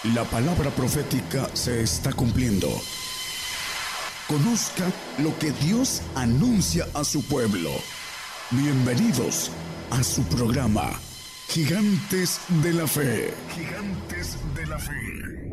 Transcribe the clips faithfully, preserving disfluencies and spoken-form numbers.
La palabra profética se está cumpliendo. Conozca lo que Dios anuncia a su pueblo. Bienvenidos a su programa, Gigantes de la Fe. Gigantes de la Fe.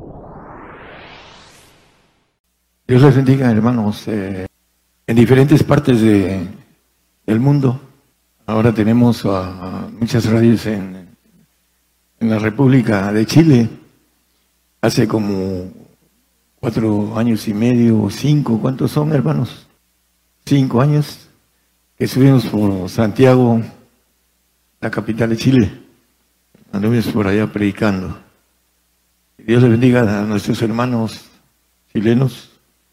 Dios les bendiga, hermanos. Eh, en diferentes partes de, del mundo, ahora tenemos uh, muchas radios en, en la República de Chile. Hace como cuatro años y medio o cinco, ¿cuántos son, hermanos? Cinco años que subimos por Santiago, la capital de Chile. Anduvimos por allá predicando. Dios les bendiga a nuestros hermanos chilenos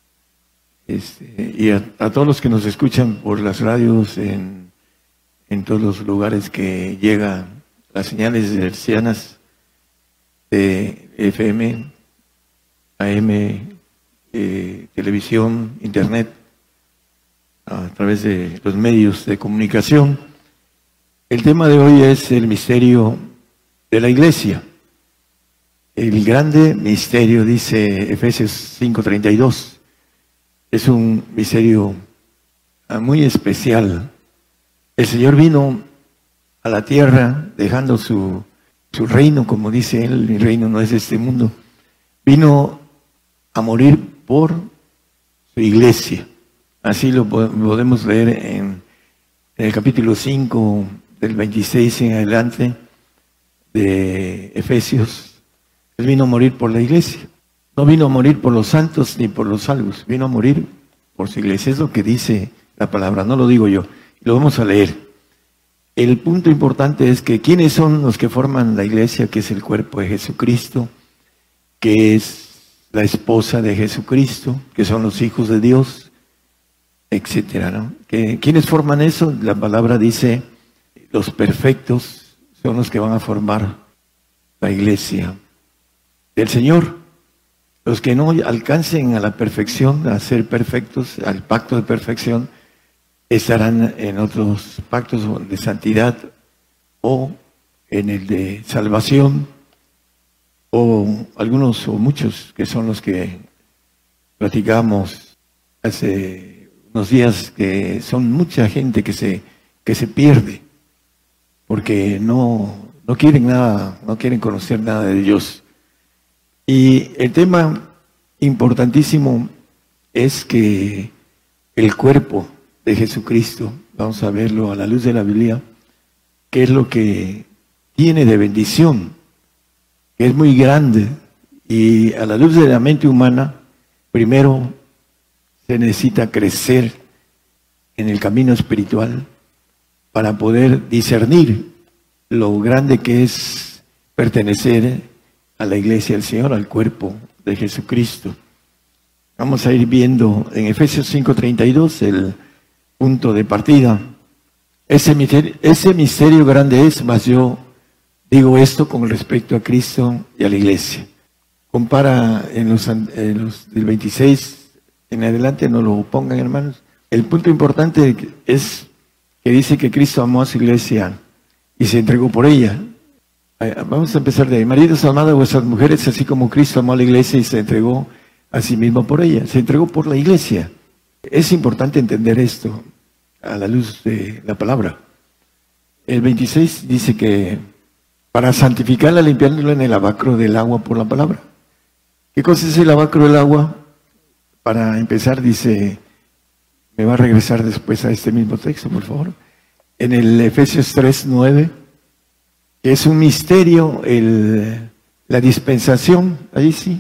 este, y a, a todos los que nos escuchan por las radios en, en todos los lugares que llegan las señales hercianas de F M, A M, eh, televisión, internet, a través de los medios de comunicación. El tema de hoy es el misterio de la iglesia. El grande misterio, dice Efesios cinco treinta y dos, es un misterio muy especial. El Señor vino a la tierra dejando su Su reino, como dice él, mi reino no es de este mundo. Vino a morir por su iglesia. Así lo podemos leer en, en el capítulo cinco, del veintiséis en adelante, de Efesios. Él vino a morir por la iglesia. No vino a morir por los santos ni por los salvos. Vino a morir por su iglesia. Es lo que dice la palabra, no lo digo yo. Lo vamos a leer. El punto importante es que ¿quiénes son los que forman la iglesia? Que es el cuerpo de Jesucristo, que es la esposa de Jesucristo, que son los hijos de Dios, etcétera, ¿no? Que, ¿quiénes forman eso? La palabra dice, los perfectos son los que van a formar la iglesia del Señor. Los que no alcancen a la perfección, a ser perfectos, al pacto de perfección, estarán en otros pactos de santidad o en el de salvación, o algunos o muchos que son los que platicamos hace unos días, que son mucha gente que se, que se pierde porque no, no quieren nada, no quieren conocer nada de Dios. Y el tema importantísimo es que el cuerpo de Jesucristo, vamos a verlo a la luz de la Biblia, qué es lo que tiene de bendición, que es muy grande, y a la luz de la mente humana, primero se necesita crecer en el camino espiritual para poder discernir lo grande que es pertenecer a la iglesia del Señor, al cuerpo de Jesucristo. Vamos a ir viendo en Efesios cinco treinta y dos el punto de partida. Ese misterio, ese misterio grande es, mas yo digo esto con respecto a Cristo y a la iglesia. Compara en los, en los del veintiséis en adelante, no lo pongan, hermanos. El punto importante es que dice que Cristo amó a su iglesia y se entregó por ella. Vamos a empezar de ahí. Maridos, amad a vuestras mujeres, así como Cristo amó a la iglesia y se entregó a sí mismo por ella. Se entregó por la iglesia. Es importante entender esto a la luz de la palabra. El veintiséis dice que para santificarla, limpiándola en el lavacro del agua por la palabra. ¿Qué cosa es el lavacro del agua? Para empezar, dice, me va a regresar después a este mismo texto, por favor. En el Efesios tres nueve, que es un misterio, el, la dispensación, ahí sí.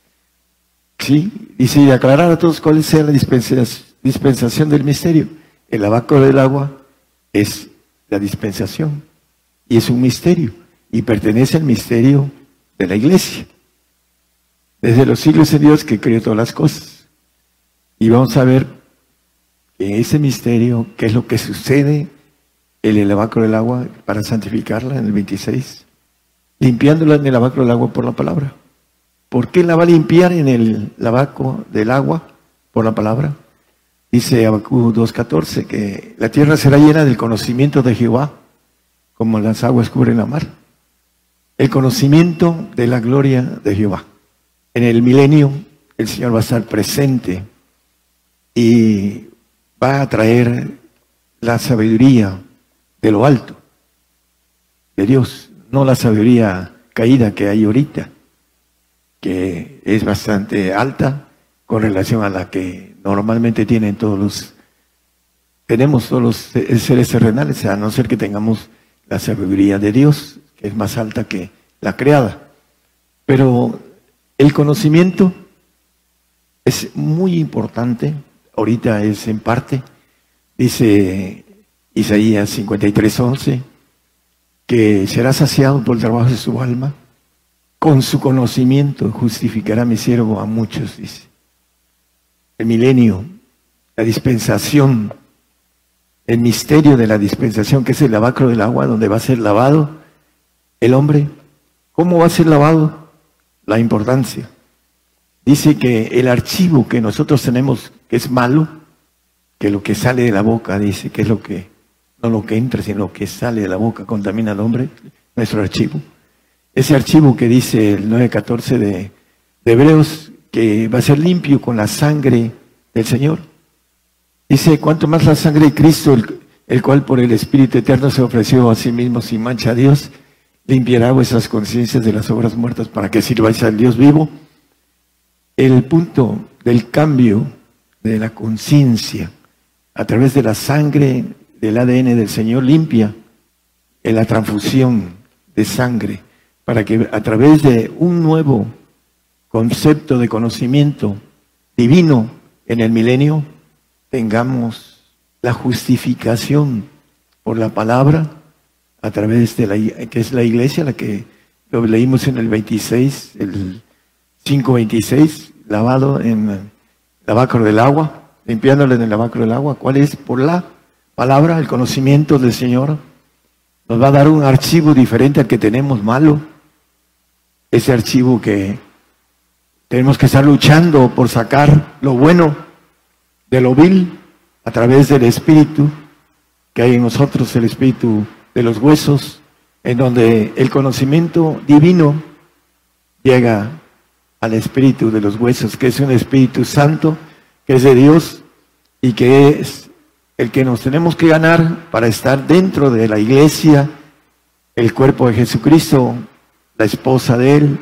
Sí, dice, y aclarar a todos cuál sea la dispensación del misterio. El lavacro del agua es la dispensación y es un misterio y pertenece al misterio de la iglesia. Desde los siglos de Dios que creó todas las cosas. Y vamos a ver en ese misterio qué es lo que sucede en el lavacro del agua para santificarla en el veintiséis, limpiándola en el lavacro del agua por la palabra. ¿Por qué la va a limpiar en el lavacro del agua? Por la palabra. Dice Habacuc dos catorce que la tierra será llena del conocimiento de Jehová, como las aguas cubren la mar. el conocimiento de la gloria de Jehová. En el milenio el Señor va a estar presente y va a traer la sabiduría de lo alto, de Dios, no la sabiduría caída que hay ahorita, que es bastante alta con relación a la que normalmente tienen todos los, tenemos todos los seres terrenales, a no ser que tengamos la sabiduría de Dios, que es más alta que la creada. Pero el conocimiento es muy importante, ahorita es en parte, dice Isaías cincuenta y tres, once, que será saciado por el trabajo de su alma, con su conocimiento justificará mi siervo a muchos, dice. El milenio, la dispensación, el misterio de la dispensación, que es el lavacro del agua, donde va a ser lavado el hombre. ¿Cómo va a ser lavado? La importancia. Dice que el archivo que nosotros tenemos, que es malo, que lo que sale de la boca, dice, que es lo que, no lo que entra, sino lo que sale de la boca, contamina al hombre, nuestro archivo. Ese archivo que dice el nueve catorce de, de Hebreos, que va a ser limpio con la sangre del Señor. Dice, cuanto más la sangre de Cristo, el, el cual por el Espíritu Eterno se ofreció a sí mismo sin mancha a Dios, limpiará vuestras conciencias de las obras muertas para que sirváis al Dios vivo. El punto del cambio de la conciencia a través de la sangre del A D N del Señor limpia en la transfusión de sangre para que a través de un nuevo concepto de conocimiento divino en el milenio tengamos la justificación por la palabra a través de la que es la iglesia, la que lo leímos en el veintiséis, el cinco veintiséis, lavado en el lavacro del agua, limpiándole en el lavacro del agua. ¿Cuál es? Por la palabra, el conocimiento del Señor. Nos va a dar un archivo diferente al que tenemos malo. Ese archivo que tenemos que estar luchando por sacar lo bueno de lo vil a través del Espíritu que hay en nosotros, el Espíritu de los huesos, en donde el conocimiento divino llega al Espíritu de los huesos, que es un Espíritu Santo, que es de Dios y que es el que nos tenemos que ganar para estar dentro de la iglesia, el cuerpo de Jesucristo, la esposa de Él,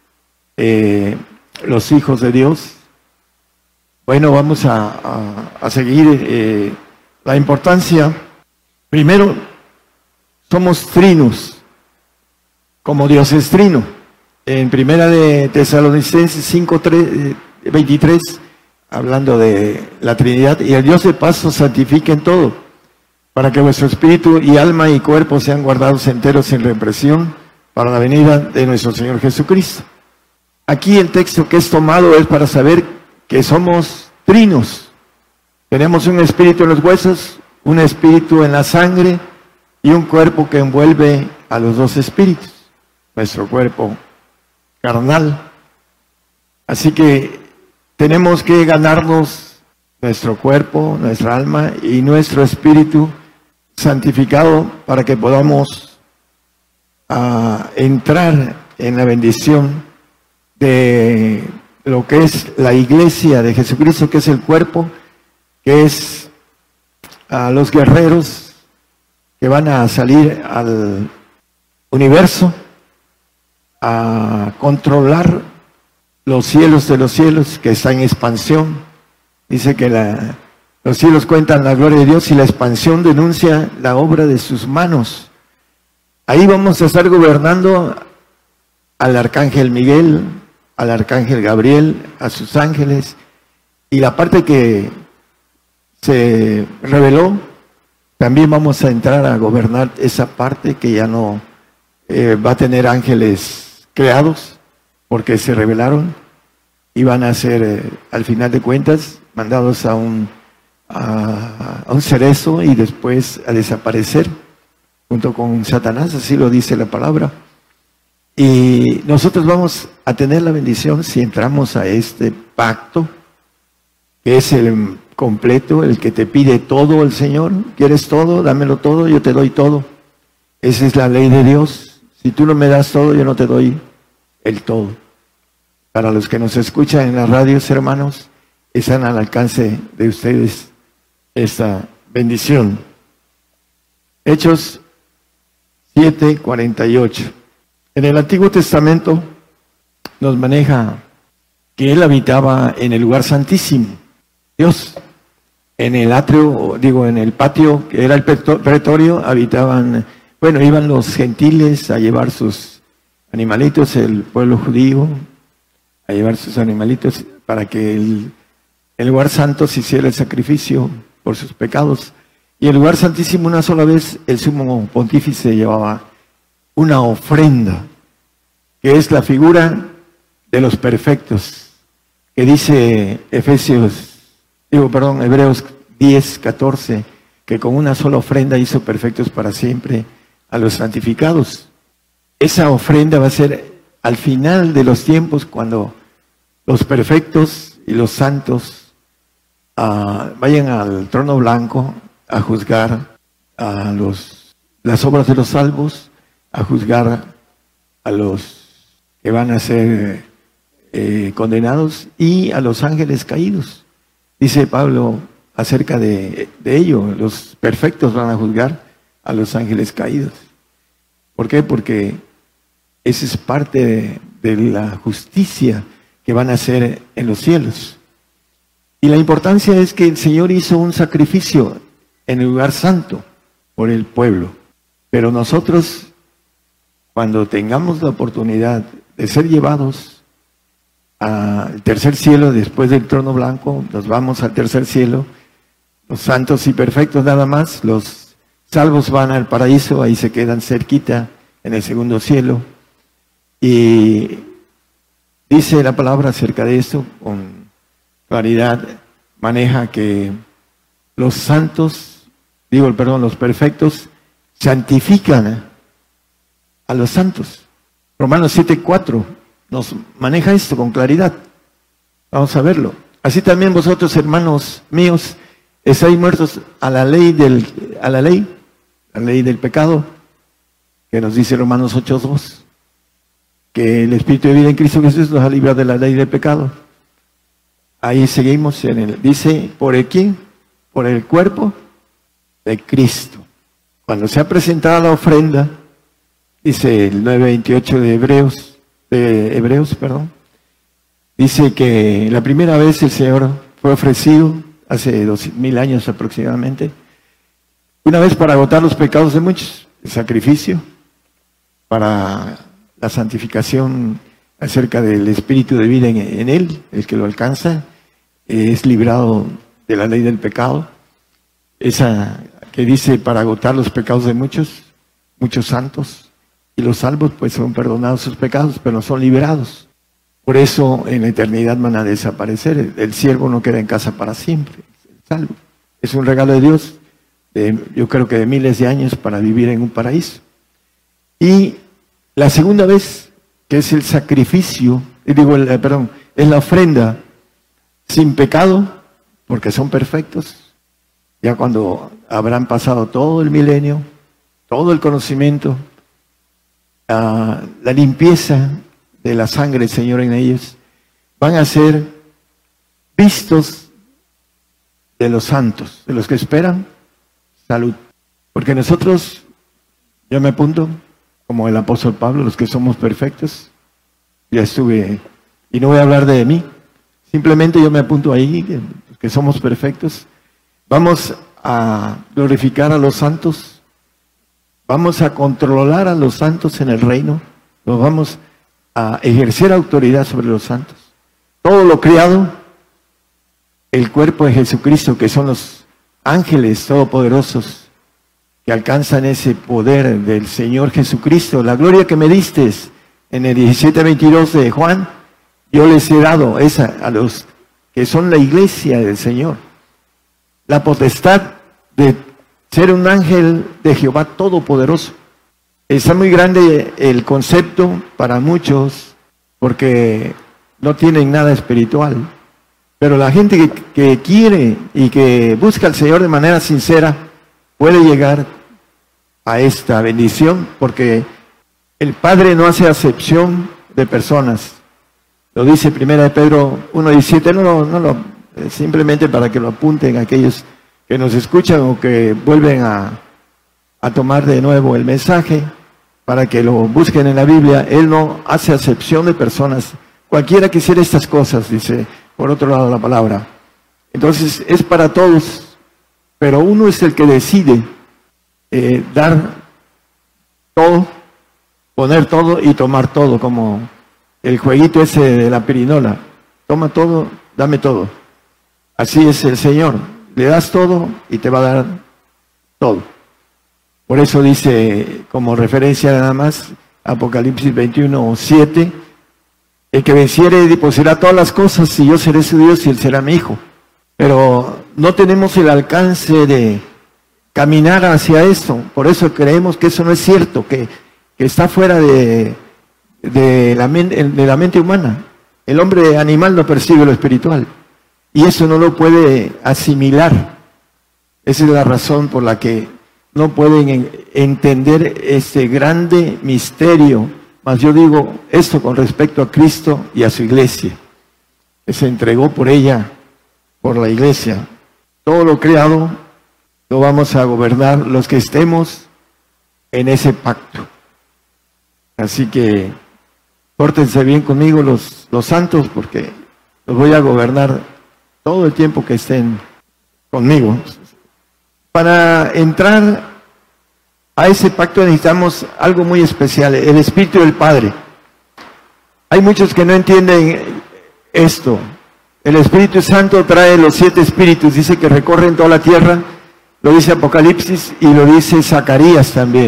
eh, los hijos de Dios. Bueno, vamos a, a, a seguir eh, la importancia. Primero, somos trinos, como Dios es trino. En primera de Tesalonicenses cinco, veintitrés, hablando de la Trinidad, y el Dios de paz os santifique en todo, para que vuestro espíritu y alma y cuerpo sean guardados enteros sin represión para la venida de nuestro Señor Jesucristo. Aquí el texto que es tomado es para saber que somos trinos. Tenemos un espíritu en los huesos, un espíritu en la sangre y un cuerpo que envuelve a los dos espíritus, nuestro cuerpo carnal. Así que tenemos que ganarnos nuestro cuerpo, nuestra alma y nuestro espíritu santificado para que podamos uh, entrar en la bendición de lo que es la iglesia de Jesucristo, que es el cuerpo, que es a uh, los guerreros que van a salir al universo a controlar los cielos de los cielos, que está en expansión. Dice que la, los cielos cuentan la gloria de Dios y la expansión denuncia la obra de sus manos. Ahí vamos a estar gobernando al arcángel Miguel, al arcángel Gabriel, a sus ángeles, y la parte que se reveló, también vamos a entrar a gobernar esa parte que ya no eh, va a tener ángeles creados, porque se rebelaron y van a ser, eh, al final de cuentas, mandados a un, a, a un cerezo y después a desaparecer junto con Satanás, así lo dice la palabra. Y nosotros vamos a tener la bendición si entramos a este pacto, que es el completo, el que te pide todo el Señor. ¿Quieres todo? Dámelo todo, yo te doy todo. Esa es la ley de Dios. Si tú no me das todo, yo no te doy el todo. Para los que nos escuchan en las radios, hermanos, están al alcance de ustedes esta bendición. Hechos siete, cuarenta y ocho. En el Antiguo Testamento nos maneja que él habitaba en el lugar santísimo. Dios, en el atrio, digo, en el patio, que era el pretorio, habitaban, bueno, iban los gentiles a llevar sus animalitos, el pueblo judío, a llevar sus animalitos para que el, el lugar santo se hiciera el sacrificio por sus pecados. Y el lugar santísimo, una sola vez, el sumo pontífice llevaba una ofrenda, que es la figura de los perfectos, que dice Efesios, digo, perdón, Hebreos diez, catorce, que con una sola ofrenda hizo perfectos para siempre a los santificados. Esa ofrenda va a ser al final de los tiempos, cuando los perfectos y los santos uh, vayan al trono blanco a juzgar a los, las obras de los salvos, a juzgar a los que van a ser eh, condenados y a los ángeles caídos. Dice Pablo acerca de, de ello, los perfectos van a juzgar a los ángeles caídos. ¿Por qué? Porque esa es parte de, de la justicia que van a hacer en los cielos. Y la importancia es que el Señor hizo un sacrificio en el lugar santo por el pueblo. Pero nosotros, cuando tengamos la oportunidad de ser llevados al tercer cielo, después del trono blanco, nos vamos al tercer cielo, los santos y perfectos nada más, los salvos van al paraíso, ahí se quedan cerquita en el segundo cielo. Y dice la palabra acerca de eso, con claridad, maneja que los santos, digo, perdón, los perfectos santifican a los santos. Romanos siete, cuatro nos maneja esto con claridad. Vamos a verlo. Así también vosotros, hermanos míos, estáis muertos a la ley del, a la ley, la ley del pecado, que nos dice Romanos ocho, dos, que el Espíritu de vida en Cristo Jesús nos ha librado de la ley del pecado. Ahí seguimos en el, dice, ¿por el quién? Por el cuerpo de Cristo. Cuando se ha presentado la ofrenda, dice el nueve veintiocho de Hebreos, de Hebreos, perdón, dice que la primera vez el Señor fue ofrecido, hace dos mil años aproximadamente, una vez para agotar los pecados de muchos, el sacrificio, para la santificación acerca del espíritu de vida en, en él, el que lo alcanza, es librado de la ley del pecado, esa que dice para agotar los pecados de muchos, muchos santos. Y los salvos pues son perdonados sus pecados, pero no son liberados. Por eso en la eternidad van a desaparecer. El, el siervo no queda en casa para siempre. El salvo es un regalo de Dios, de, yo creo que de miles de años para vivir en un paraíso. Y la segunda vez, que es el sacrificio, digo, el, perdón, es la ofrenda sin pecado, porque son perfectos. Ya cuando habrán pasado todo el milenio, todo el conocimiento, Uh, la limpieza de la sangre del Señor en ellos, van a ser vistos de los santos, de los que esperan salud. Porque nosotros, yo me apunto, como el apóstol Pablo, los que somos perfectos, ya estuve, y no voy a hablar de mí, simplemente yo me apunto ahí, que, que somos perfectos, vamos a glorificar a los santos. Vamos a controlar a los santos en el reino. Nos vamos a ejercer autoridad sobre los santos. Todo lo creado, el cuerpo de Jesucristo, que son los ángeles todopoderosos, que alcanzan ese poder del Señor Jesucristo. La gloria que me diste en el diecisiete veintidós de Juan, yo les he dado esa a los que son la iglesia del Señor. La potestad de ser un ángel de Jehová Todopoderoso. Está muy grande el concepto para muchos porque no tienen nada espiritual. Pero la gente que, que quiere y que busca al Señor de manera sincera puede llegar a esta bendición, porque El Padre no hace acepción de personas. Lo dice Primera de Pedro uno diecisiete, no, no, no lo, simplemente para que lo apunten aquellos que nos escuchan o que vuelven a, a tomar de nuevo el mensaje, para que lo busquen en la Biblia. Él no hace acepción de personas. Cualquiera que hiciera estas cosas, dice por otro lado la palabra. Entonces es para todos, pero uno es el que decide eh, dar todo, poner todo y tomar todo, como el jueguito ese de la pirinola. Toma todo, dame todo. Así es el Señor. Le das todo y te va a dar todo. Por eso dice, como referencia nada más, Apocalipsis veintiuno, siete, el que venciere poseerá todas las cosas y yo seré su Dios y él será mi hijo. Pero no tenemos el alcance de caminar hacia eso. Por eso creemos que eso no es cierto, que, que está fuera de, de, la men, de la mente humana. El hombre animal no percibe lo espiritual y eso no lo puede asimilar. Esa es la razón por la que no pueden entender ese grande misterio. Mas yo digo esto con respecto a Cristo y a su iglesia, que se entregó por ella, por la iglesia. Todo lo creado lo vamos a gobernar los que estemos en ese pacto. Así que pórtense bien conmigo los, los santos, porque los voy a gobernar todo el tiempo que estén conmigo. Para entrar a ese pacto necesitamos algo muy especial, el Espíritu del Padre. Hay muchos que no entienden esto. El Espíritu Santo trae los siete espíritus, dice que recorren toda la tierra, lo dice Apocalipsis y lo dice Zacarías también.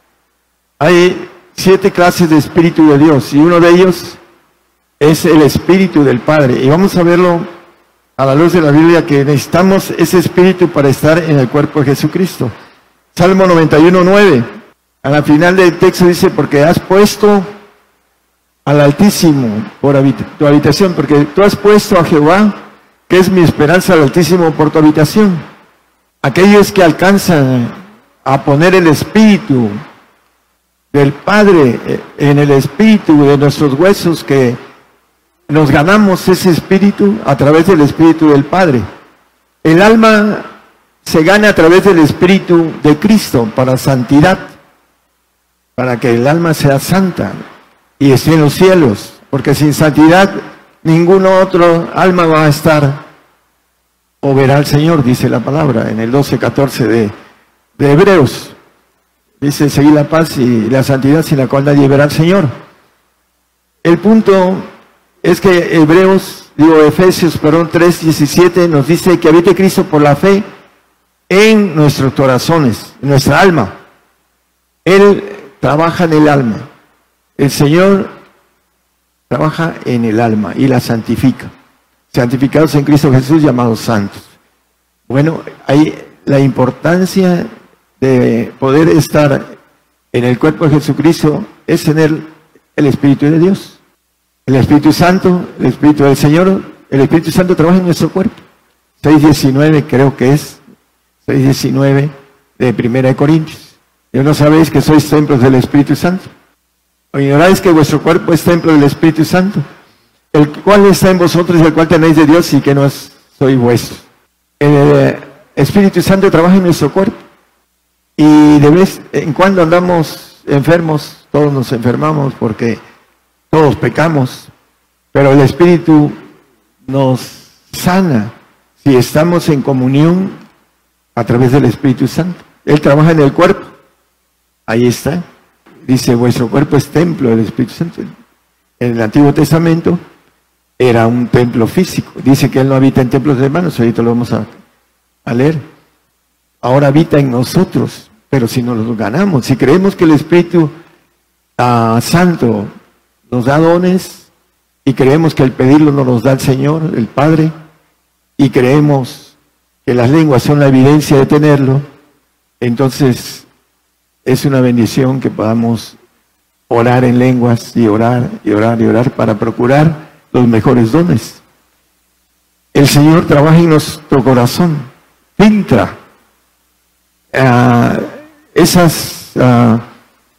Hay siete clases de Espíritu de Dios y uno de ellos es el Espíritu del Padre. Y vamos a verlo a la luz de la Biblia, que necesitamos ese Espíritu para estar en el cuerpo de Jesucristo. Salmo noventa y uno, nueve, a la final del texto dice, porque has puesto al Altísimo por habita tu habitación, porque tú has puesto a Jehová, que es mi esperanza, al Altísimo por tu habitación. Aquellos que alcanzan a poner el Espíritu del Padre en el Espíritu de nuestros huesos, que nos ganamos ese Espíritu a través del Espíritu del Padre. El alma se gana a través del Espíritu de Cristo para santidad, para que el alma sea santa y esté en los cielos, porque sin santidad ningún otro alma va a estar o verá al Señor, dice la palabra en el doce, catorce de, de Hebreos. Dice, seguir la paz y la santidad, sin la cual nadie verá al Señor. El punto es que Hebreos, digo Efesios, perdón, tres, diecisiete nos dice que habite Cristo por la fe en nuestros corazones, en nuestra alma. Él trabaja en el alma. El Señor trabaja en el alma y la santifica. Santificados en Cristo Jesús, llamados santos. Bueno, hay la importancia de poder estar en el cuerpo de Jesucristo es tener el Espíritu de Dios. El Espíritu Santo, el Espíritu del Señor, el Espíritu Santo trabaja en nuestro cuerpo. seis diecinueve creo que es. seis diecinueve de Primera de Corintios. ¿Y no sabéis que sois templos del Espíritu Santo? ¿O ignoráis que vuestro cuerpo es templo del Espíritu Santo? El cual está en vosotros y el cual tenéis de Dios y que no es, soy vuestro. El Espíritu Santo trabaja en nuestro cuerpo. Y de vez en cuando andamos enfermos, todos nos enfermamos porque todos pecamos. Pero el Espíritu nos sana si estamos en comunión a través del Espíritu Santo. Él trabaja en el cuerpo. Ahí está. Dice, vuestro cuerpo es templo del Espíritu Santo. En el Antiguo Testamento era un templo físico. Dice que Él no habita en templos de hermanos. Ahorita lo vamos a, a leer. Ahora habita en nosotros. Pero si nos lo ganamos, si creemos que el Espíritu uh, Santo nos da dones y creemos que el pedirlo nos los da el Señor, el Padre, y creemos que las lenguas son la evidencia de tenerlo, entonces es una bendición que podamos orar en lenguas y orar y orar y orar para procurar los mejores dones. El Señor trabaja en nuestro corazón, filtra uh, esas, uh,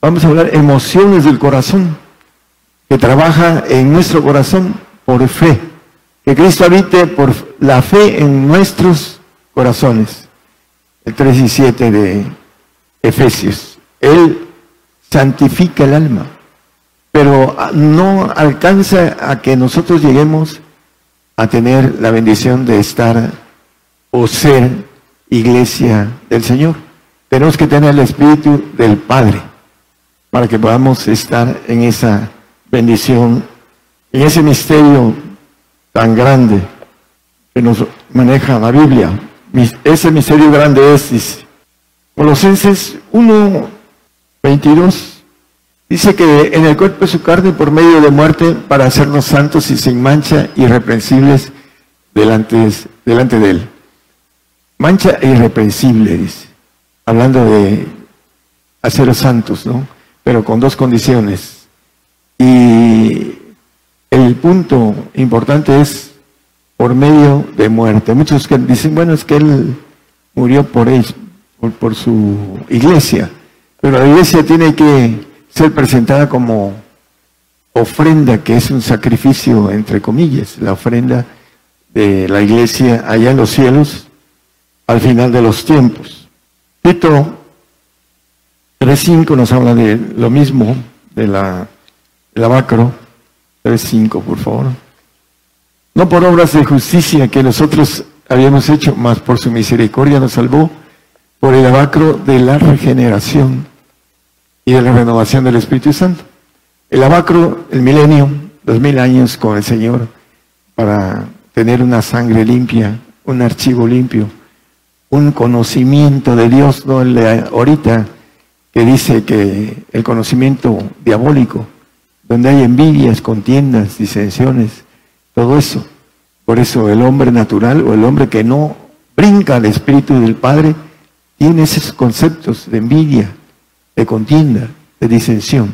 Vamos a hablar emociones del corazón, que trabaja en nuestro corazón por fe. Que Cristo habite por la fe en nuestros corazones. El tres y siete de Efesios. Él santifica el alma, pero no alcanza a que nosotros lleguemos a tener la bendición de estar o ser iglesia del Señor. Tenemos que tener el Espíritu del Padre para que podamos estar en esa bendición, en ese misterio tan grande que nos maneja la Biblia. Ese misterio grande es, dice, Colosenses uno, veintidós, dice que en el cuerpo de su carne por medio de muerte para hacernos santos y sin mancha, irreprensibles delante, delante de Él. Mancha e irreprensible, dice, hablando de haceros santos, ¿no? Pero con dos condiciones. Y el punto importante es por medio de muerte. Muchos que dicen, bueno, es que Él murió por él, por, por su iglesia, pero la iglesia tiene que ser presentada como ofrenda, que es un sacrificio, entre comillas, la ofrenda de la iglesia allá en los cielos, al final de los tiempos. Tito tres cinco nos habla de lo mismo, de la, el abacro. tres cinco, por favor. No por obras de justicia que nosotros habíamos hecho, mas por su misericordia nos salvó, por el abacro de la regeneración y de la renovación del Espíritu Santo. El abacro, el milenio, los mil años con el Señor, para tener una sangre limpia, un archivo limpio, un conocimiento de Dios, no el de ahorita, que dice que el conocimiento diabólico, donde hay envidias, contiendas, disensiones, todo eso. Por eso el hombre natural o el hombre que no brinca al Espíritu del Padre tiene esos conceptos de envidia, de contienda, de disensión.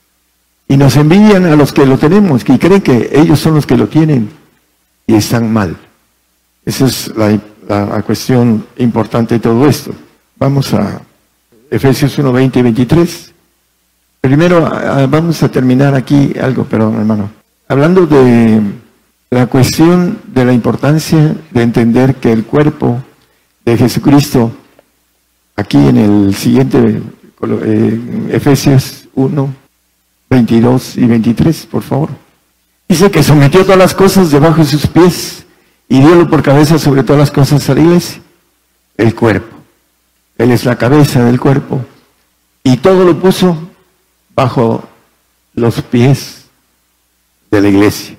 Y nos envidian a los que lo tenemos, que creen que ellos son los que lo tienen y están mal. Esa es la, la, la cuestión importante de todo esto. Vamos a Efesios uno, veinte y veintitrés. Primero a, vamos a terminar aquí algo, perdón hermano. Hablando de la cuestión de la importancia de entender que el cuerpo de Jesucristo, aquí en el siguiente, eh, Efesios uno, veintidós y veintitrés, por favor. Dice que sometió todas las cosas debajo de sus pies y diólo por cabeza sobre todas las cosas a la iglesia, el cuerpo. Él es la cabeza del cuerpo y todo lo puso bajo los pies de la iglesia.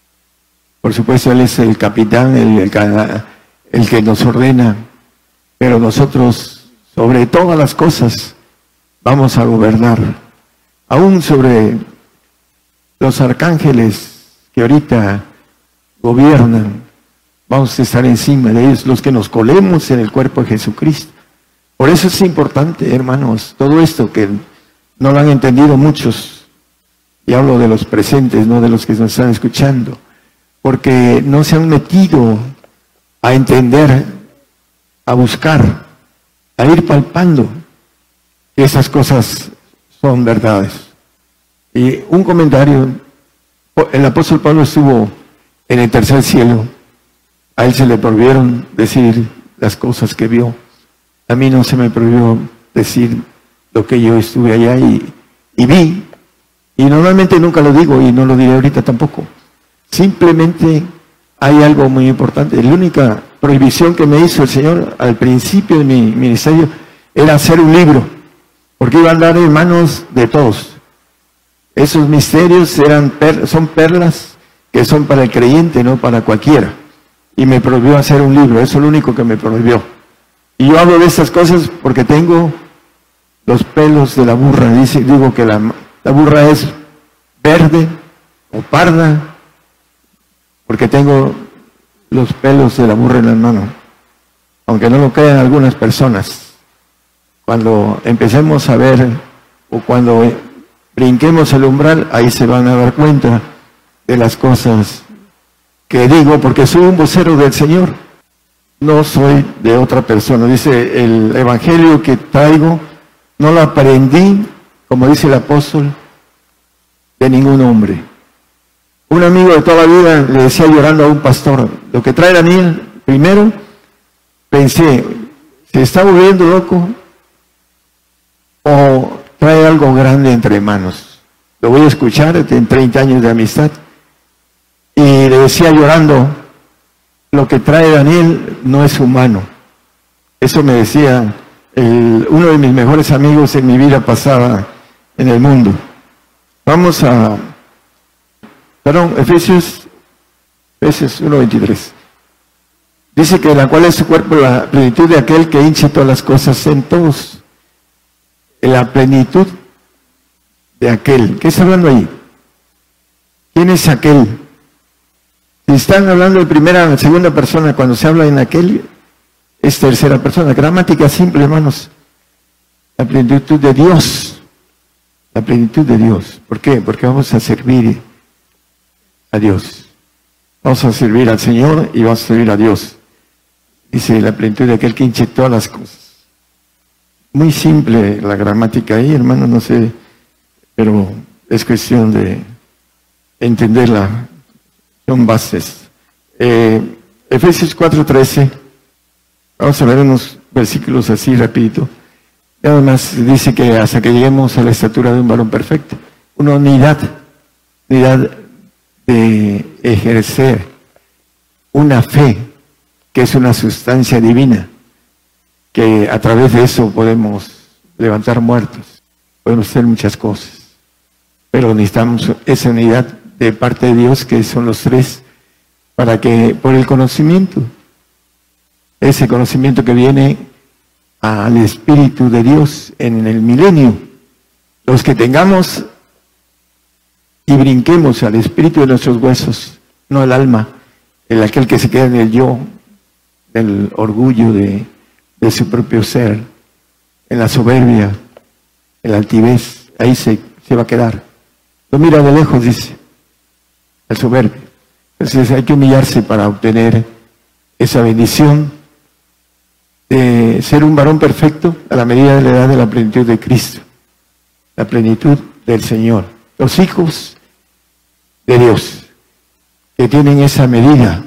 Por supuesto, Él es el capitán, el, el, el que nos ordena, pero nosotros sobre todas las cosas vamos a gobernar, aún sobre los arcángeles que ahorita gobiernan, vamos a estar encima de ellos, los que nos colemos en el cuerpo de Jesucristo. Por eso es importante, hermanos, todo esto que no lo han entendido muchos, y hablo de los presentes, no de los que nos están escuchando, porque no se han metido a entender, a buscar, a ir palpando que esas cosas son verdades. Y un comentario, el apóstol Pablo estuvo en el tercer cielo, a él se le prohibieron decir las cosas que vio, a mí no se me prohibió decir lo que yo estuve allá y, y vi, y normalmente nunca lo digo y no lo diré ahorita tampoco. Simplemente hay algo muy importante. La única prohibición que me hizo el Señor al principio de mi ministerio era hacer un libro, porque iba a andar en manos de todos. Esos misterios eran per, son perlas que son para el creyente, no para cualquiera. Y me prohibió hacer un libro, eso es lo único que me prohibió. Y yo hablo de estas cosas porque tengo los pelos de la burra. Dice, digo que la, la burra es verde o parda, porque tengo los pelos de la burra en la mano. Aunque no lo crean algunas personas. Cuando empecemos a ver, o cuando brinquemos el umbral, ahí se van a dar cuenta de las cosas que digo, porque soy un vocero del Señor. No soy de otra persona. Dice, el evangelio que traigo, no lo aprendí como dice el apóstol, de ningún hombre. Un amigo de toda la vida le decía llorando a un pastor, lo que trae Daniel, primero pensé, ¿se está volviendo loco o trae algo grande entre manos? Lo voy a escuchar en treinta años de amistad. Y le decía llorando, lo que trae Daniel no es humano. Eso me decía el, uno de mis mejores amigos en mi vida pasada en el mundo. Vamos a, perdón, Efesios, Efesios uno veintitrés. Dice que la cual es su cuerpo, la plenitud de aquel que hinche todas las cosas en todos. En la plenitud de aquel. ¿Qué está hablando ahí? ¿Quién es aquel? Si están hablando de primera o segunda persona, cuando se habla en aquel, es tercera persona. Gramática simple, hermanos. La plenitud de Dios. La plenitud de Dios. ¿Por qué? Porque vamos a servir a Dios. Vamos a servir al Señor y vamos a servir a Dios. Dice la plenitud de aquel que hinche todas las cosas. Muy simple la gramática ahí, hermanos, no sé, pero es cuestión de entenderla. Son bases. Eh, Efesios cuatro trece. Vamos a ver unos versículos así rapidito. Nada más dice que hasta que lleguemos a la estatura de un varón perfecto. Una unidad. Unidad de ejercer una fe que es una sustancia divina. Que a través de eso podemos levantar muertos. Podemos hacer muchas cosas. Pero necesitamos esa unidad de parte de Dios, que son los tres, para que por el conocimiento, ese conocimiento que viene al Espíritu de Dios en el milenio, los que tengamos y brinquemos al Espíritu de nuestros huesos, no al alma, el aquel que se queda en el yo, del orgullo de, de su propio ser, en la soberbia, en la altivez, ahí se, se va a quedar. Lo mira de lejos, dice. El soberbio. Entonces hay que humillarse para obtener esa bendición de ser un varón perfecto a la medida de la edad de la plenitud de Cristo, la plenitud del Señor. Los hijos de Dios que tienen esa medida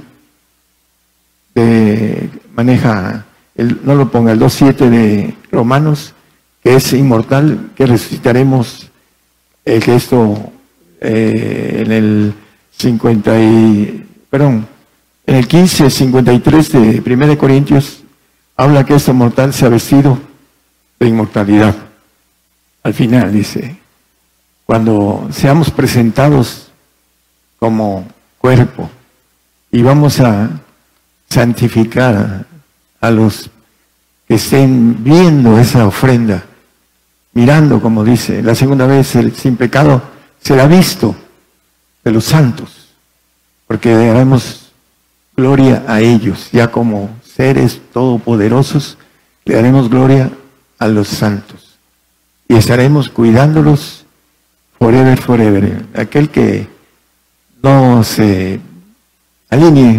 de, maneja, el, no lo ponga, el dos siete de Romanos, que es inmortal, que resucitaremos, eh, que esto eh, en el cincuenta y, perdón, en el quince cincuenta y tres de primera de Corintios habla que este mortal se ha vestido de inmortalidad. Al final dice, cuando seamos presentados como cuerpo y vamos a santificar a los que estén viendo esa ofrenda, mirando, como dice, la segunda vez el sin pecado será visto de los santos, porque daremos gloria a ellos, ya como seres todopoderosos, le daremos gloria a los santos, y estaremos cuidándolos forever, forever. Aquel que no se alinee,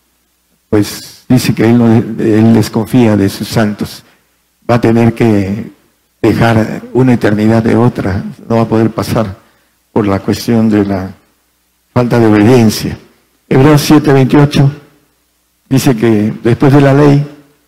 pues dice que él, no, él desconfía de sus santos, va a tener que dejar una eternidad de otra, no va a poder pasar por la cuestión de la falta de obediencia. Hebreos siete veintiocho dice que después de la ley,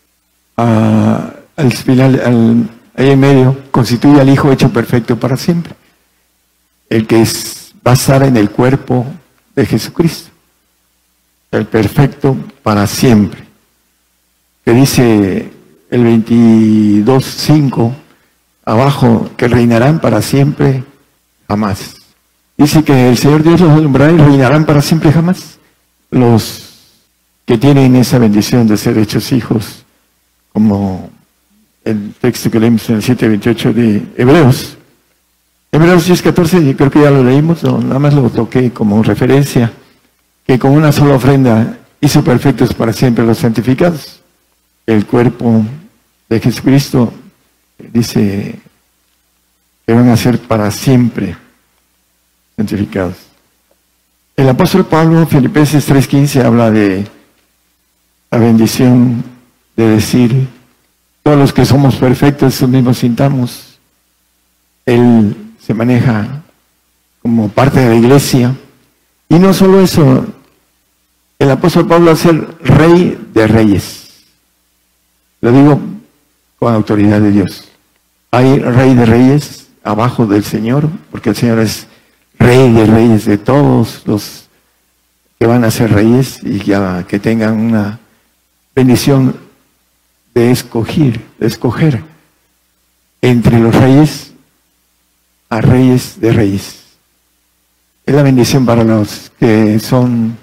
uh, al final, al, ahí en medio, constituye al Hijo hecho perfecto para siempre, el que es, va a estar en el cuerpo de Jesucristo, el perfecto para siempre, que dice el veintidós cinco abajo, que reinarán para siempre jamás. Dice que el Señor Dios los alumbrará y reinarán para siempre jamás. Los que tienen esa bendición de ser hechos hijos, como el texto que leímos en el siete veintiocho de Hebreos. Hebreos diez catorce, yo creo que ya lo leímos, no, nada más lo toqué como referencia, que con una sola ofrenda hizo perfectos para siempre los santificados. El cuerpo de Jesucristo, dice que van a ser para siempre santificados. El apóstol Pablo, Filipenses tres quince, habla de la bendición de decir, todos los que somos perfectos, eso mismo sintamos. Él se maneja como parte de la iglesia. Y no solo eso, el apóstol Pablo va a ser rey de reyes. Lo digo con autoridad de Dios. Hay rey de reyes abajo del Señor, porque el Señor es rey de reyes de todos los que van a ser reyes y que, que tengan una bendición de escoger, de escoger entre los reyes a reyes de reyes. Es la bendición para los que son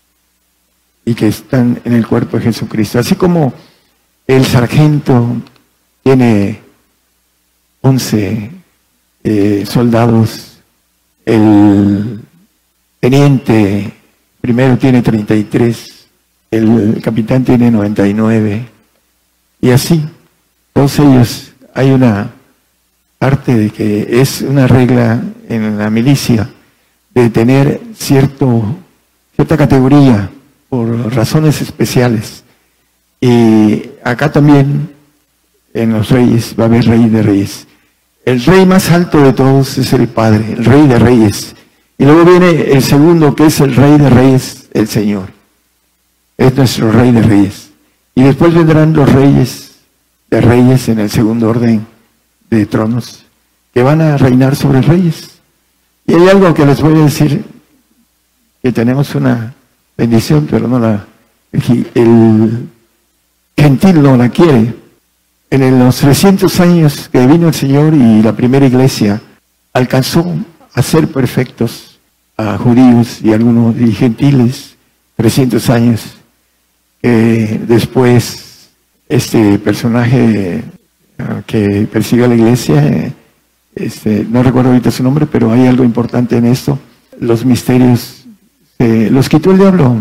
y que están en el cuerpo de Jesucristo. Así como el sargento tiene once eh, soldados, el teniente primero tiene treinta y tres, el capitán tiene noventa y nueve, y así, todos ellos, hay una parte de que es una regla en la milicia de tener cierto, cierta categoría por razones especiales. Y acá también, en los reyes, va a haber rey de reyes. El rey más alto de todos es el Padre, el rey de reyes. Y luego viene el segundo, que es el rey de reyes, el Señor. Es nuestro rey de reyes. Y después vendrán los reyes de reyes en el segundo orden de tronos, que van a reinar sobre reyes. Y hay algo que les voy a decir, que tenemos una bendición, pero no la, el, el gentil no la quiere. En los trescientos años que vino el Señor y la primera iglesia, alcanzó a ser perfectos a judíos y algunos y gentiles, trescientos años. Eh, después, este personaje que persigue a la iglesia, eh, este, no recuerdo ahorita su nombre, pero hay algo importante en esto. Los misterios eh, los quitó el diablo,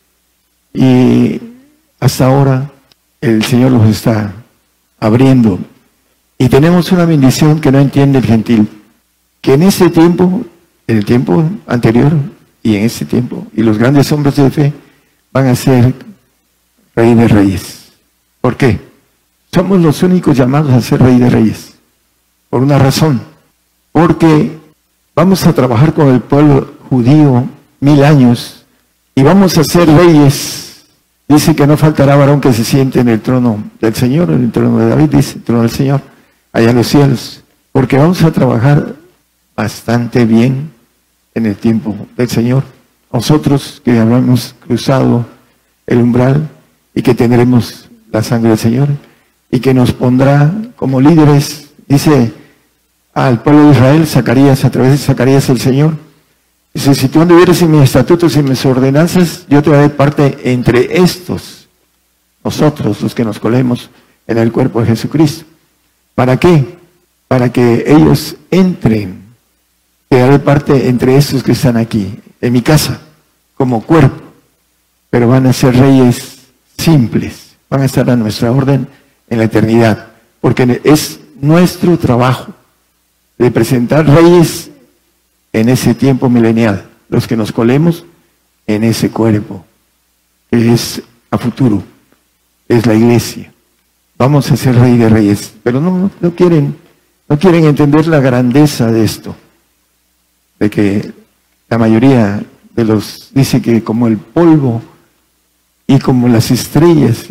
y hasta ahora el Señor los está abriendo. Y tenemos una bendición que no entiende el gentil, que en ese tiempo, en el tiempo anterior y en ese tiempo, y los grandes hombres de fe van a ser rey de reyes. ¿Por qué? Somos los únicos llamados a ser rey de reyes. Por una razón. Porque vamos a trabajar con el pueblo judío mil años y vamos a ser reyes. Dice que no faltará varón que se siente en el trono del Señor, en el trono de David, dice, el trono del Señor, allá en los cielos. Porque vamos a trabajar bastante bien en el tiempo del Señor. Nosotros que habremos cruzado el umbral y que tendremos la sangre del Señor y que nos pondrá como líderes, dice al pueblo de Israel, Zacarías, a través de Zacarías el Señor, dice, si tú anduvieres en mis estatutos y mis ordenanzas, yo te daré parte entre estos, nosotros, los que nos colemos en el cuerpo de Jesucristo. ¿Para qué? Para que ellos entren, te daré parte entre estos que están aquí, en mi casa, como cuerpo, pero van a ser reyes simples, van a estar a nuestra orden en la eternidad, porque es nuestro trabajo de presentar reyes en ese tiempo milenial, los que nos colemos en ese cuerpo, que es a futuro, es la iglesia. Vamos a ser rey de reyes, pero no, no, no quieren, no quieren entender la grandeza de esto, de que la mayoría de los, dice que como el polvo y como las estrellas,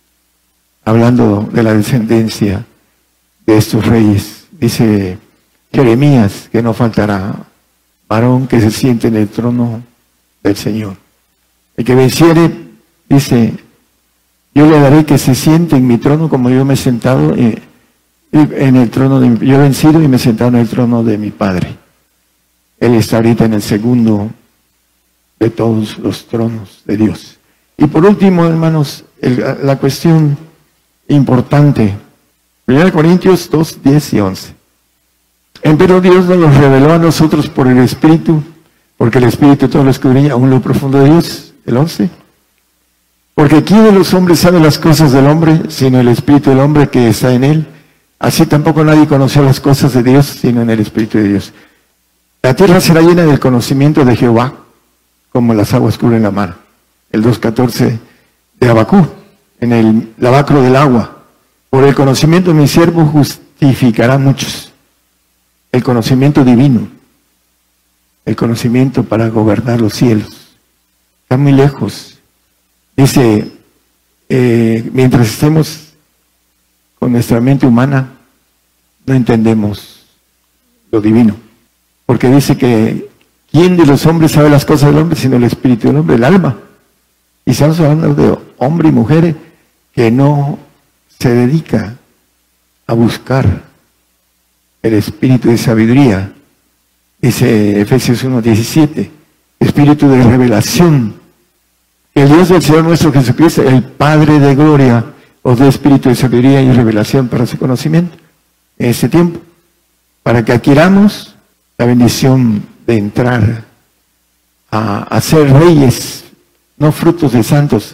hablando de la descendencia de estos reyes, dice Jeremías que no faltará varón que se siente en el trono del Señor. El que venciere, dice, yo le daré que se siente en mi trono como yo me he sentado en el trono de mi, yo he vencido y me he sentado en el trono de mi Padre. Él está ahorita en el segundo de todos los tronos de Dios. Y por último, hermanos, el, la cuestión importante, primera Corintios dos, diez y once. Empero Dios nos los reveló a nosotros por el Espíritu, porque el Espíritu todo lo escudriña aún lo profundo de Dios. El once. Porque ¿quién de los hombres sabe las cosas del hombre, sino el Espíritu del hombre que está en él? Así tampoco nadie conoció las cosas de Dios, sino en el Espíritu de Dios. La tierra será llena del conocimiento de Jehová, como las aguas cubren la mar. El dos catorce de Abacú, en el lavacro del agua. Por el conocimiento de mi siervo justificará muchos. el conocimiento divino, el conocimiento para gobernar los cielos. Está muy lejos. Dice, eh, mientras estemos con nuestra mente humana, no entendemos lo divino. Porque dice que ¿quién de los hombres sabe las cosas del hombre sino el espíritu del hombre, el alma? Y estamos hablando de hombre y mujer que no se dedica a buscar el espíritu de sabiduría. Dice Efesios uno diecisiete, espíritu de revelación. El Dios del Señor nuestro Jesucristo, el Padre de gloria, os dé espíritu de sabiduría y revelación para su conocimiento en este tiempo, para que adquiramos la bendición de entrar a, a ser reyes, no frutos de santos,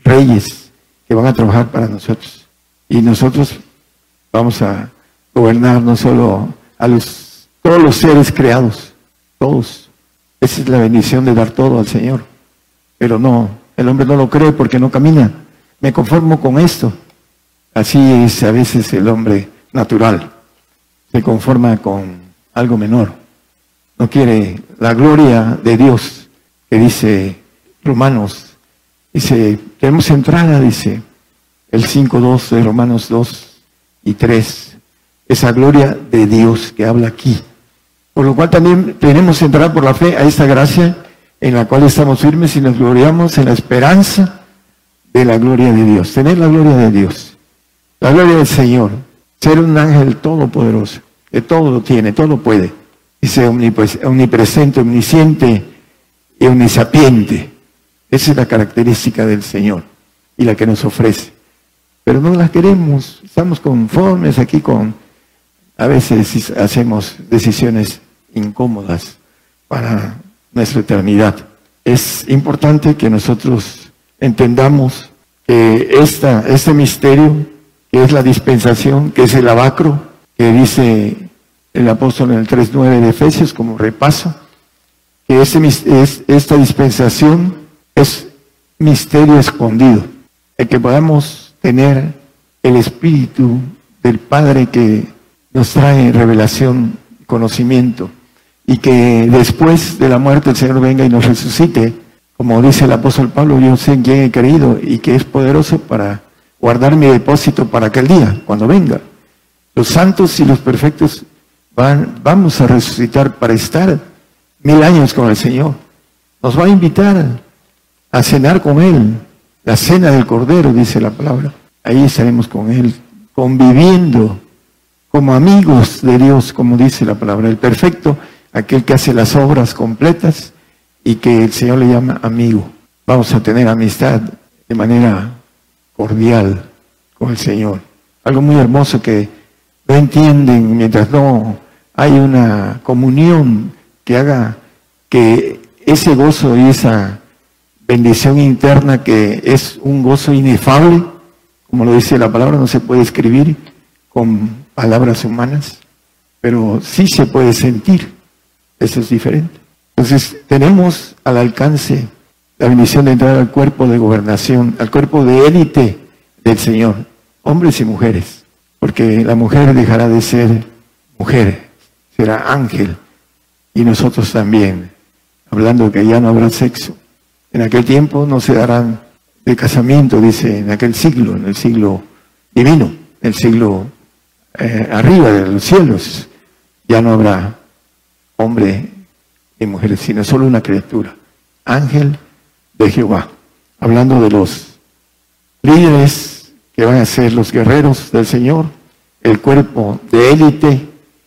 reyes que van a trabajar para nosotros. Y nosotros vamos a gobernar no solo a los, todos los seres creados, todos. Esa es la bendición de dar todo al Señor. Pero no, el hombre no lo cree porque no camina. Me conformo con esto. Así es a veces el hombre natural. Se conforma con algo menor. No quiere la gloria de Dios, que dice Romanos. Dice, tenemos entrada, dice el cinco dos de Romanos dos y tres. Esa gloria de Dios que habla aquí. Por lo cual también tenemos entrada por la fe a esta gracia en la cual estamos firmes y nos gloriamos en la esperanza de la gloria de Dios. Tener la gloria de Dios. La gloria del Señor. Ser un ángel todopoderoso. Que todo lo tiene, todo lo puede. Dice omnipresente, omnisciente y omnisapiente. Esa es la característica del Señor y la que nos ofrece. Pero no la queremos. Estamos conformes aquí con... A veces hacemos decisiones incómodas para nuestra eternidad. Es importante que nosotros entendamos que esta, este misterio, que es la dispensación, que es el lavacro, que dice el apóstol en el tres nueve de Efesios como repaso, que ese, es, esta dispensación es misterio escondido, el que podamos tener el Espíritu del Padre que nos trae revelación, conocimiento, y que después de la muerte el Señor venga y nos resucite, como dice el apóstol Pablo, yo sé en quién he creído y que es poderoso para guardar mi depósito para aquel día, cuando venga. Los santos y los perfectos van, vamos a resucitar para estar mil años con el Señor. Nos va a invitar a cenar con Él, la cena del Cordero, dice la palabra. Ahí estaremos con Él, conviviendo como amigos de Dios, como dice la palabra. El perfecto, aquel que hace las obras completas y que el Señor le llama amigo. Vamos a tener amistad de manera cordial con el Señor. Algo muy hermoso que no entienden mientras no hay una comunión que haga que ese gozo y esa bendición interna, que es un gozo inefable, como lo dice la palabra, no se puede escribir con palabras humanas, pero sí se puede sentir. Eso es diferente. Entonces tenemos al alcance la bendición de entrar al cuerpo de gobernación, al cuerpo de élite del Señor, hombres y mujeres, porque la mujer dejará de ser mujer, será ángel, y nosotros también, hablando de que ya no habrá sexo. En aquel tiempo no se darán de casamiento, dice, en aquel siglo, en el siglo divino, el siglo eh, arriba de los cielos, ya no habrá hombre y mujer, sino solo una criatura, ángel de Jehová. Hablando de los líderes que van a ser los guerreros del Señor, el cuerpo de élite,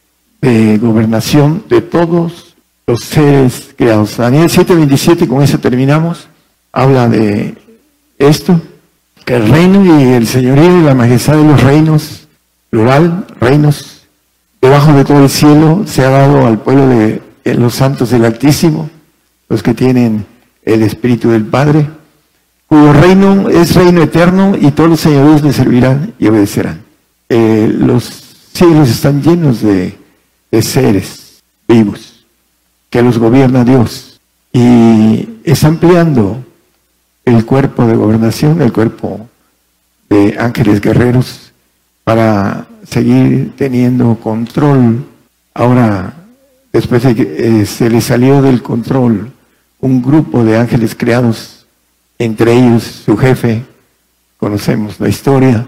de gobernación de todos los seres creados. Daniel siete veintisiete, con eso terminamos, habla de esto, que el reino y el señorío y la majestad de los reinos, plural, reinos, debajo de todo el cielo, se ha dado al pueblo de los santos del Altísimo, los que tienen el Espíritu del Padre, cuyo reino es reino eterno y todos los señoríos le servirán y obedecerán. Eh, los cielos están llenos de, de seres vivos que los gobierna Dios y está ampliando el cuerpo de gobernación, el cuerpo de ángeles guerreros para seguir teniendo control Ahora, después de que eh, se le salió del control un grupo de ángeles creados, entre ellos su jefe, conocemos la historia,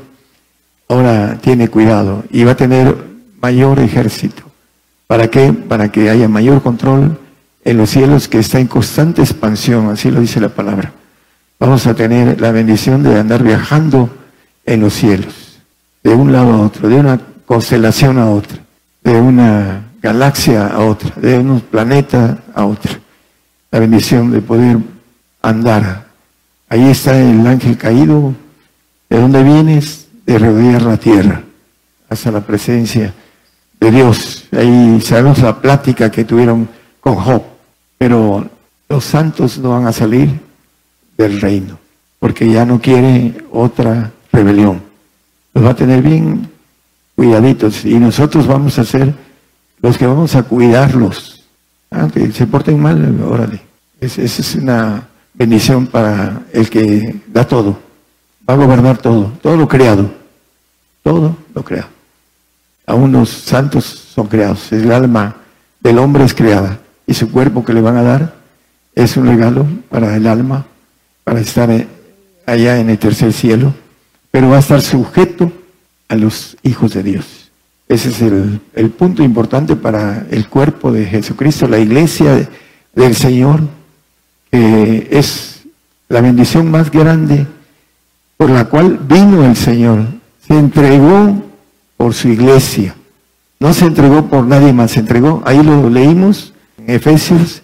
ahora tiene cuidado y va a tener mayor ejército. ¿Para qué? Para que haya mayor control en los cielos, que está en constante expansión, así lo dice la palabra. Vamos a tener la bendición de andar viajando en los cielos, de un lado a otro, de una constelación a otra, de una galaxia a otra, de un planeta a otro. La bendición de poder andar. Ahí está el ángel caído. ¿De dónde vienes? De rodear la tierra, hasta la presencia de Dios. Ahí sabemos la plática que tuvieron con Job. Pero los santos no van a salir del reino, porque ya no quiere otra rebelión. Los va a tener bien cuidaditos, y nosotros vamos a ser los que vamos a cuidarlos. Aunque se porten mal, órale. Esa es, es una bendición para el que da todo. Va a gobernar todo, todo lo creado. Todo lo creado. Aún los santos son creados. El alma del hombre es creada, y su cuerpo que le van a dar es un regalo para el alma, para estar allá en el tercer cielo, pero va a estar sujeto a los hijos de Dios. Ese es el, el punto importante para el cuerpo de Jesucristo, la iglesia de, del Señor, que es la bendición más grande por la cual vino el Señor. Se entregó por su iglesia, no se entregó por nadie más, se entregó, ahí lo leímos en Efesios,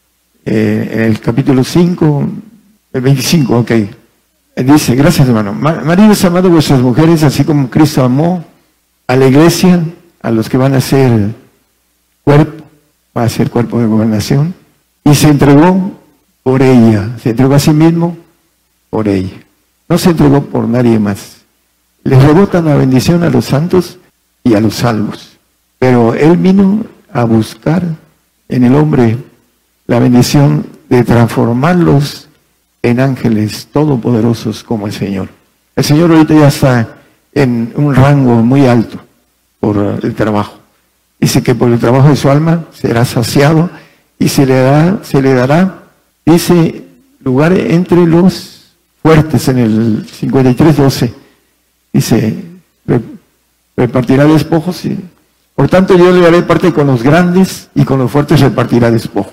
eh, en el capítulo cinco, el veinticinco, ok. Dice, gracias hermano, maridos, amad a vuestras mujeres, así como Cristo amó a la iglesia, a los que van a ser cuerpo, va a ser cuerpo de gobernación, y se entregó por ella, se entregó a sí mismo por ella. No se entregó por nadie más. Les rebotan la bendición a los santos y a los salvos, pero Él vino a buscar en el hombre la bendición de transformarlos en ángeles todopoderosos como el Señor. El Señor ahorita ya está en un rango muy alto por el trabajo. Dice que por el trabajo de su alma será saciado y se le da, se le dará, dice, lugar entre los fuertes en el cincuenta y tres doce. Dice, repartirá despojos y, por tanto, yo le daré parte con los grandes y con los fuertes repartirá despojo.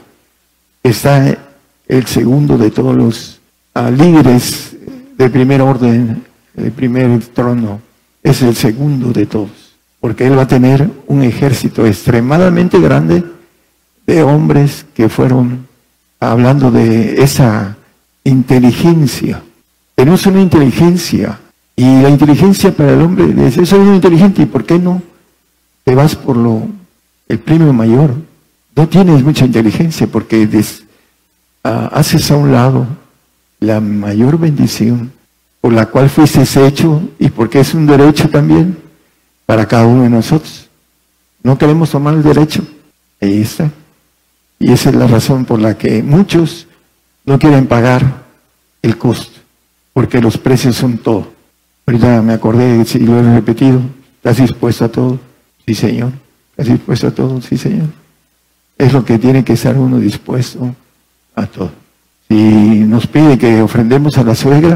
Está el segundo de todos los uh, líderes de primer orden, de primer trono. Es el segundo de todos, porque él va a tener un ejército extremadamente grande de hombres que fueron hablando de esa inteligencia. Tenemos una inteligencia, y la inteligencia para el hombre es, soy muy inteligente, ¿y por qué no te vas por lo el premio mayor? No tienes mucha inteligencia porque des, uh, haces a un lado la mayor bendición por la cual fuiste hecho, y porque es un derecho también para cada uno de nosotros. No queremos tomar el derecho, ahí está. Y esa es la razón por la que muchos no quieren pagar el costo, porque los precios son todo. Ahorita me acordé, si lo he repetido, ¿estás dispuesto a todo? Sí, Señor. ¿Estás dispuesto a todo? Sí, Señor. Es lo que tiene que estar uno dispuesto a todo. Si nos pide que ofrendemos a la suegra,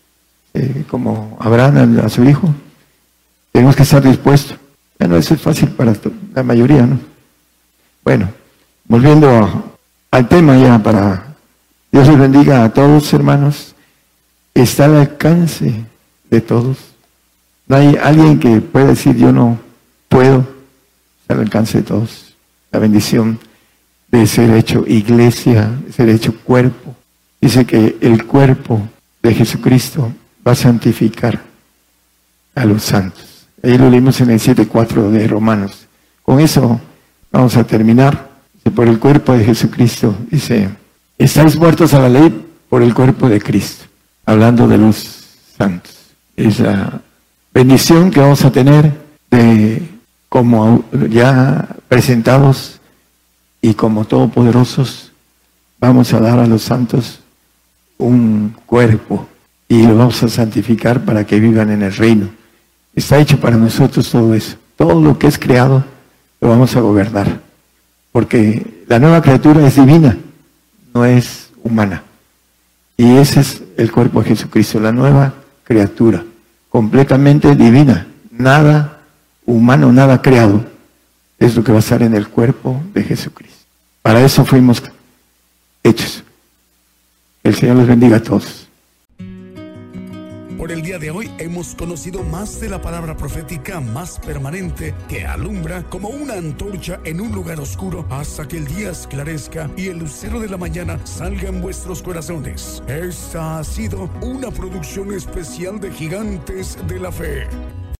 eh, como Abraham a su hijo, tenemos que estar dispuestos. Bueno, eso es fácil para la mayoría, ¿no? Bueno, volviendo a, al tema ya, para Dios les bendiga a todos, hermanos. Está al alcance de todos. No hay alguien que pueda decir yo no puedo. Está al alcance de todos. La bendición de ser hecho iglesia, de ser hecho cuerpo. Dice que el cuerpo de Jesucristo va a santificar a los santos. Ahí lo leímos en el siete cuatro de Romanos. Con eso vamos a terminar. Dice, por el cuerpo de Jesucristo, dice, estáis muertos a la ley por el cuerpo de Cristo. Hablando de los santos. Es la bendición que vamos a tener de como ya presentados y como todopoderosos, vamos a dar a los santos un cuerpo y lo vamos a santificar para que vivan en el reino. Está hecho para nosotros todo eso. Todo lo que es creado lo vamos a gobernar. Porque la nueva criatura es divina, no es humana. Y ese es el cuerpo de Jesucristo, la nueva criatura, completamente divina, nada humano, nada creado. Es lo que va a estar en el cuerpo de Jesucristo. Para eso fuimos hechos. El Señor los bendiga a todos. Por el día de hoy hemos conocido más de la palabra profética más permanente que alumbra como una antorcha en un lugar oscuro hasta que el día esclarezca y el lucero de la mañana salga en vuestros corazones. Esta ha sido una producción especial de Gigantes de la Fe.